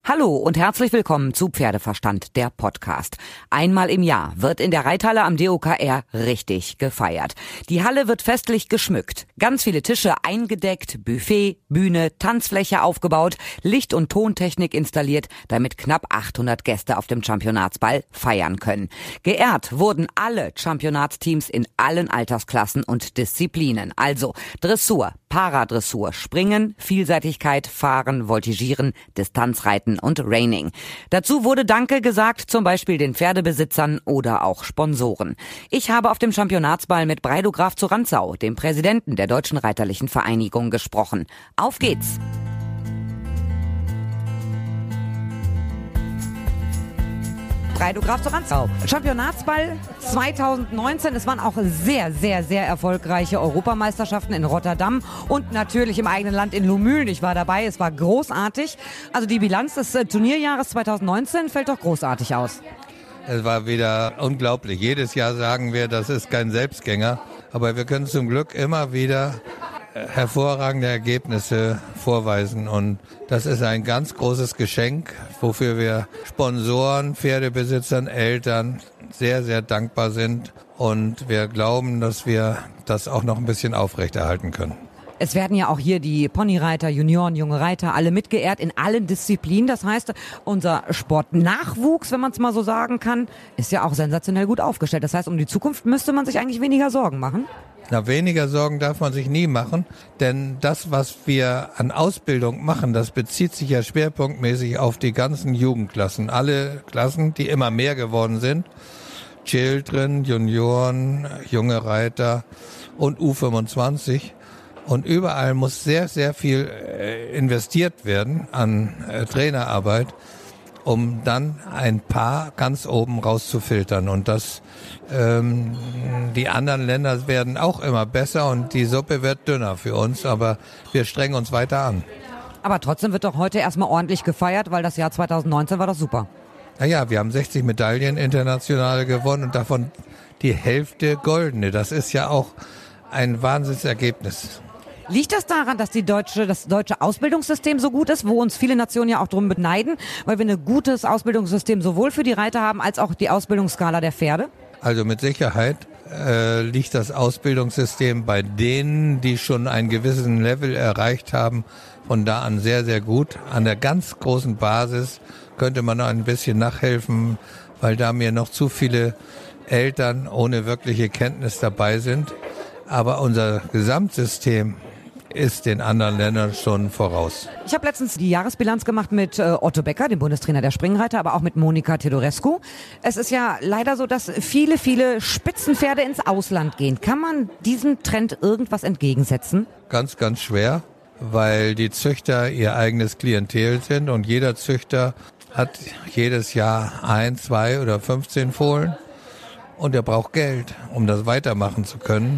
Hallo und herzlich willkommen zu Pferdeverstand, der Podcast. Einmal im Jahr wird in der Reithalle am DOKR richtig gefeiert. Die Halle wird festlich geschmückt. Ganz viele Tische eingedeckt, Buffet, Bühne, Tanzfläche aufgebaut, Licht- und Tontechnik installiert, damit knapp 800 Gäste auf dem Championatsball feiern können. Geehrt wurden alle Championatsteams in allen Altersklassen und Disziplinen. Also Dressur, Paradressur, Springen, Vielseitigkeit, Fahren, Voltigieren, Distanzreiten und Reining. Dazu wurde Danke gesagt, zum Beispiel den Pferdebesitzern oder auch Sponsoren. Ich habe auf dem Championatsball mit Breido Graf zu Rantzau, dem Präsidenten der Deutschen Reiterlichen Vereinigung, gesprochen. Auf geht's! Breido Graf zu Rantzau. Championatsball 2019. Es waren auch sehr, sehr, sehr erfolgreiche Europameisterschaften in Rotterdam und natürlich im eigenen Land in Lommülen. Ich war dabei. Es war großartig. Also die Bilanz des Turnierjahres 2019 fällt doch großartig aus. Es war wieder unglaublich. Jedes Jahr sagen wir, das ist kein Selbstgänger. Aber wir können zum Glück immer wieder hervorragende Ergebnisse vorweisen und das ist ein ganz großes Geschenk, wofür wir Sponsoren, Pferdebesitzern, Eltern sehr, sehr dankbar sind und wir glauben, dass wir das auch noch ein bisschen aufrechterhalten können. Es werden ja auch hier die Ponyreiter, Junioren, junge Reiter, alle mitgeehrt in allen Disziplinen. Das heißt, unser Sportnachwuchs, wenn man es mal so sagen kann, ist ja auch sensationell gut aufgestellt. Das heißt, um die Zukunft müsste man sich eigentlich weniger Sorgen machen. Na, weniger Sorgen darf man sich nie machen, denn das, was wir an Ausbildung machen, das bezieht sich ja schwerpunktmäßig auf die ganzen Jugendklassen. Alle Klassen, die immer mehr geworden sind. Children, Junioren, junge Reiter und U25. Und überall muss sehr, sehr viel investiert werden an Trainerarbeit, um dann ein paar ganz oben rauszufiltern. Und das, die anderen Länder werden auch immer besser und die Suppe wird dünner für uns, aber wir strengen uns weiter an. Aber trotzdem wird doch heute erstmal ordentlich gefeiert, weil das Jahr 2019 war doch super. Naja, wir haben 60 Medaillen international gewonnen und davon die Hälfte goldene. Das ist ja auch ein Wahnsinnsergebnis. Liegt das daran, dass das deutsche Ausbildungssystem so gut ist, wo uns viele Nationen ja auch drum beneiden, weil wir ein gutes Ausbildungssystem sowohl für die Reiter haben, als auch die Ausbildungsskala der Pferde? Also mit Sicherheit liegt das Ausbildungssystem bei denen, die schon einen gewissen Level erreicht haben, von da an sehr, sehr gut. An der ganz großen Basis könnte man noch ein bisschen nachhelfen, weil da mir noch zu viele Eltern ohne wirkliche Kenntnis dabei sind. Aber unser Gesamtsystem ist den anderen Ländern schon voraus. Ich habe letztens die Jahresbilanz gemacht mit Otto Becker, dem Bundestrainer der Springreiter, aber auch mit Monika Teodorescu. Es ist ja leider so, dass viele, viele Spitzenpferde ins Ausland gehen. Kann man diesem Trend irgendwas entgegensetzen? Ganz, ganz schwer, weil die Züchter ihr eigenes Klientel sind und jeder Züchter hat jedes Jahr 1, 2 oder 15 Fohlen und er braucht Geld, um das weitermachen zu können.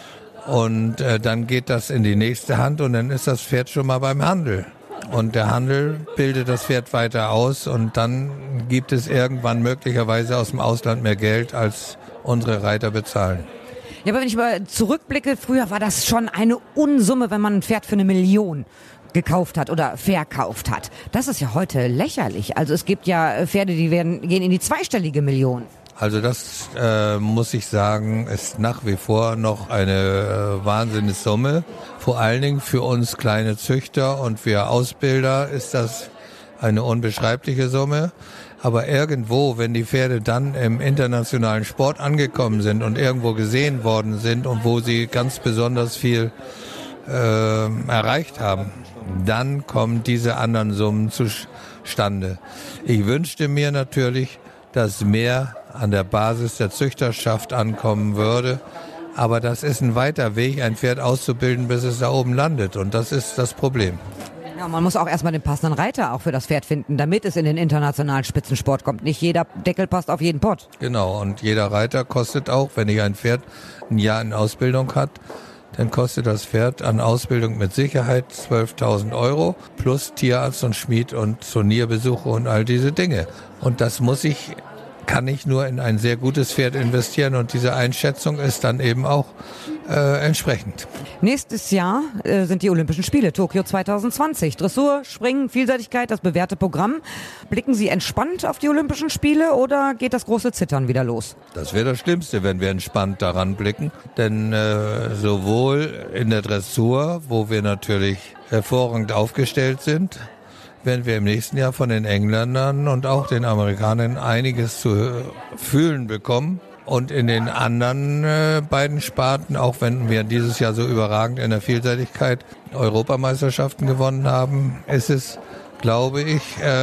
Und dann geht das in die nächste Hand und dann ist das Pferd schon mal beim Handel. Und der Handel bildet das Pferd weiter aus und dann gibt es irgendwann möglicherweise aus dem Ausland mehr Geld, als unsere Reiter bezahlen. Ja, aber wenn ich mal zurückblicke, früher war das schon eine Unsumme, wenn man ein Pferd für 1 Million gekauft hat oder verkauft hat. Das ist ja heute lächerlich. Also es gibt ja Pferde, die gehen in die zweistellige Million. Also das muss ich sagen, ist nach wie vor noch eine Wahnsinnssumme. Vor allen Dingen für uns kleine Züchter und für Ausbilder ist das eine unbeschreibliche Summe. Aber irgendwo, wenn die Pferde dann im internationalen Sport angekommen sind und irgendwo gesehen worden sind und wo sie ganz besonders viel erreicht haben, dann kommen diese anderen Summen zustande. Ich wünschte mir natürlich, dass mehr an der Basis der Züchterschaft ankommen würde. Aber das ist ein weiter Weg, ein Pferd auszubilden, bis es da oben landet. Und das ist das Problem. Ja, man muss auch erstmal den passenden Reiter auch für das Pferd finden, damit es in den internationalen Spitzensport kommt. Nicht jeder Deckel passt auf jeden Pott. Genau, und jeder Reiter kostet auch, wenn ich ein Pferd ein Jahr in Ausbildung hat, dann kostet das Pferd an Ausbildung mit Sicherheit 12.000 € plus Tierarzt und Schmied und Turnierbesuche und all diese Dinge. Und das muss ich kann ich nur in ein sehr gutes Pferd investieren und diese Einschätzung ist dann eben auch entsprechend. Nächstes Jahr sind die Olympischen Spiele, Tokio 2020. Dressur, Springen, Vielseitigkeit, das bewährte Programm. Blicken Sie entspannt auf die Olympischen Spiele oder geht das große Zittern wieder los? Das wäre das Schlimmste, wenn wir entspannt daran blicken. Denn sowohl in der Dressur, wo wir natürlich hervorragend aufgestellt sind, werden wir im nächsten Jahr von den Engländern und auch den Amerikanern einiges zu fühlen bekommen. Und in den anderen beiden Sparten, auch wenn wir dieses Jahr so überragend in der Vielseitigkeit Europameisterschaften gewonnen haben, ist es, glaube ich,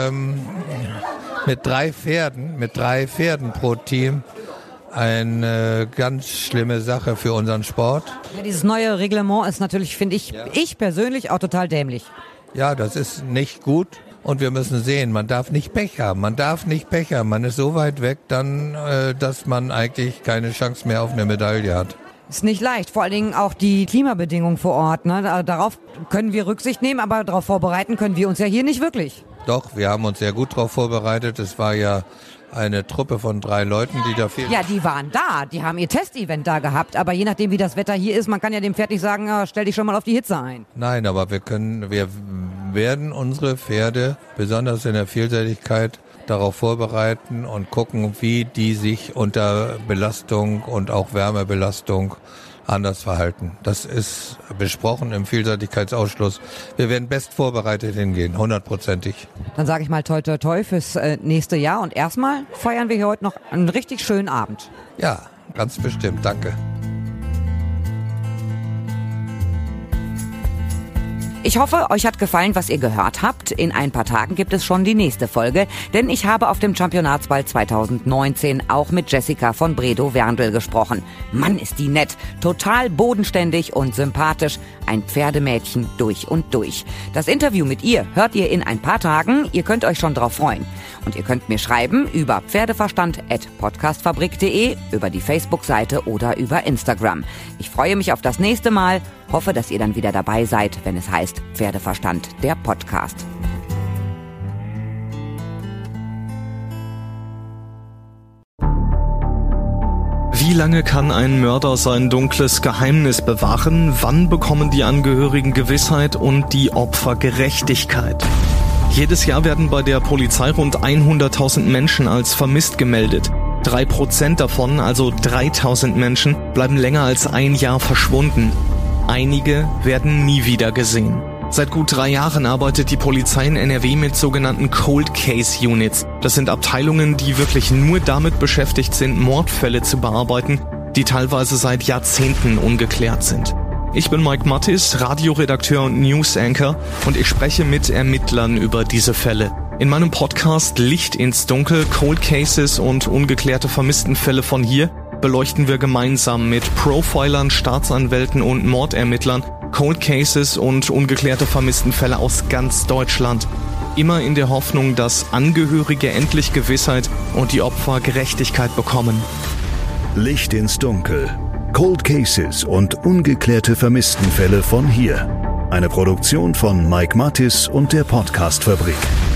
mit drei Pferden pro Team eine ganz schlimme Sache für unseren Sport. Ja, dieses neue Reglement ist natürlich, finde ich, ich persönlich auch total dämlich. Ja, das ist nicht gut. Und wir müssen sehen, man darf nicht Pech haben. Man ist so weit weg, dann, dass man eigentlich keine Chance mehr auf eine Medaille hat. Ist nicht leicht, vor allen Dingen auch die Klimabedingungen vor Ort. Ne? Darauf können wir Rücksicht nehmen, aber darauf vorbereiten können wir uns ja hier nicht wirklich. Doch, wir haben uns sehr gut darauf vorbereitet. Es war ja eine Truppe von 3 Leuten, die da fehlen. Ja, die waren da, die haben ihr Testevent da gehabt, aber je nachdem, wie das Wetter hier ist, man kann ja dem Pferd nicht sagen, stell dich schon mal auf die Hitze ein. Nein, aber wir werden unsere Pferde, besonders in der Vielseitigkeit, darauf vorbereiten und gucken, wie die sich unter Belastung und auch Wärmebelastung anders verhalten. Das ist besprochen im Vielseitigkeitsausschuss. Wir werden best vorbereitet hingehen, 100%. Dann sage ich mal toi toi toi fürs nächste Jahr und erstmal feiern wir hier heute noch einen richtig schönen Abend. Ja, ganz bestimmt, danke. Ich hoffe, euch hat gefallen, was ihr gehört habt. In ein paar Tagen gibt es schon die nächste Folge, denn ich habe auf dem Championatsball 2019 auch mit Jessica von Bredow-Werndl gesprochen. Mann, ist die nett, total bodenständig und sympathisch, ein Pferdemädchen durch und durch. Das Interview mit ihr hört ihr in ein paar Tagen, ihr könnt euch schon drauf freuen. Und ihr könnt mir schreiben über pferdeverstand@podcastfabrik.de, über die Facebook-Seite oder über Instagram. Ich freue mich auf das nächste Mal. Hoffe, dass ihr dann wieder dabei seid, wenn es heißt Pferdeverstand, der Podcast. Wie lange kann ein Mörder sein dunkles Geheimnis bewahren? Wann bekommen die Angehörigen Gewissheit und die Opfer Gerechtigkeit? Jedes Jahr werden bei der Polizei rund 100.000 Menschen als vermisst gemeldet. 3% davon, also 3.000 Menschen, bleiben länger als ein Jahr verschwunden. Einige werden nie wieder gesehen. Seit gut 3 Jahren arbeitet die Polizei in NRW mit sogenannten Cold Case Units. Das sind Abteilungen, die wirklich nur damit beschäftigt sind, Mordfälle zu bearbeiten, die teilweise seit Jahrzehnten ungeklärt sind. Ich bin Mike Mattis, Radioredakteur und News Anchor und ich spreche mit Ermittlern über diese Fälle. In meinem Podcast Licht ins Dunkel, Cold Cases und ungeklärte Vermisstenfälle von hier beleuchten wir gemeinsam mit Profilern, Staatsanwälten und Mordermittlern Cold Cases und ungeklärte Vermisstenfälle aus ganz Deutschland. Immer in der Hoffnung, dass Angehörige endlich Gewissheit und die Opfer Gerechtigkeit bekommen. Licht ins Dunkel. Cold Cases und ungeklärte Vermisstenfälle von hier. Eine Produktion von Mike Mattis und der Podcastfabrik.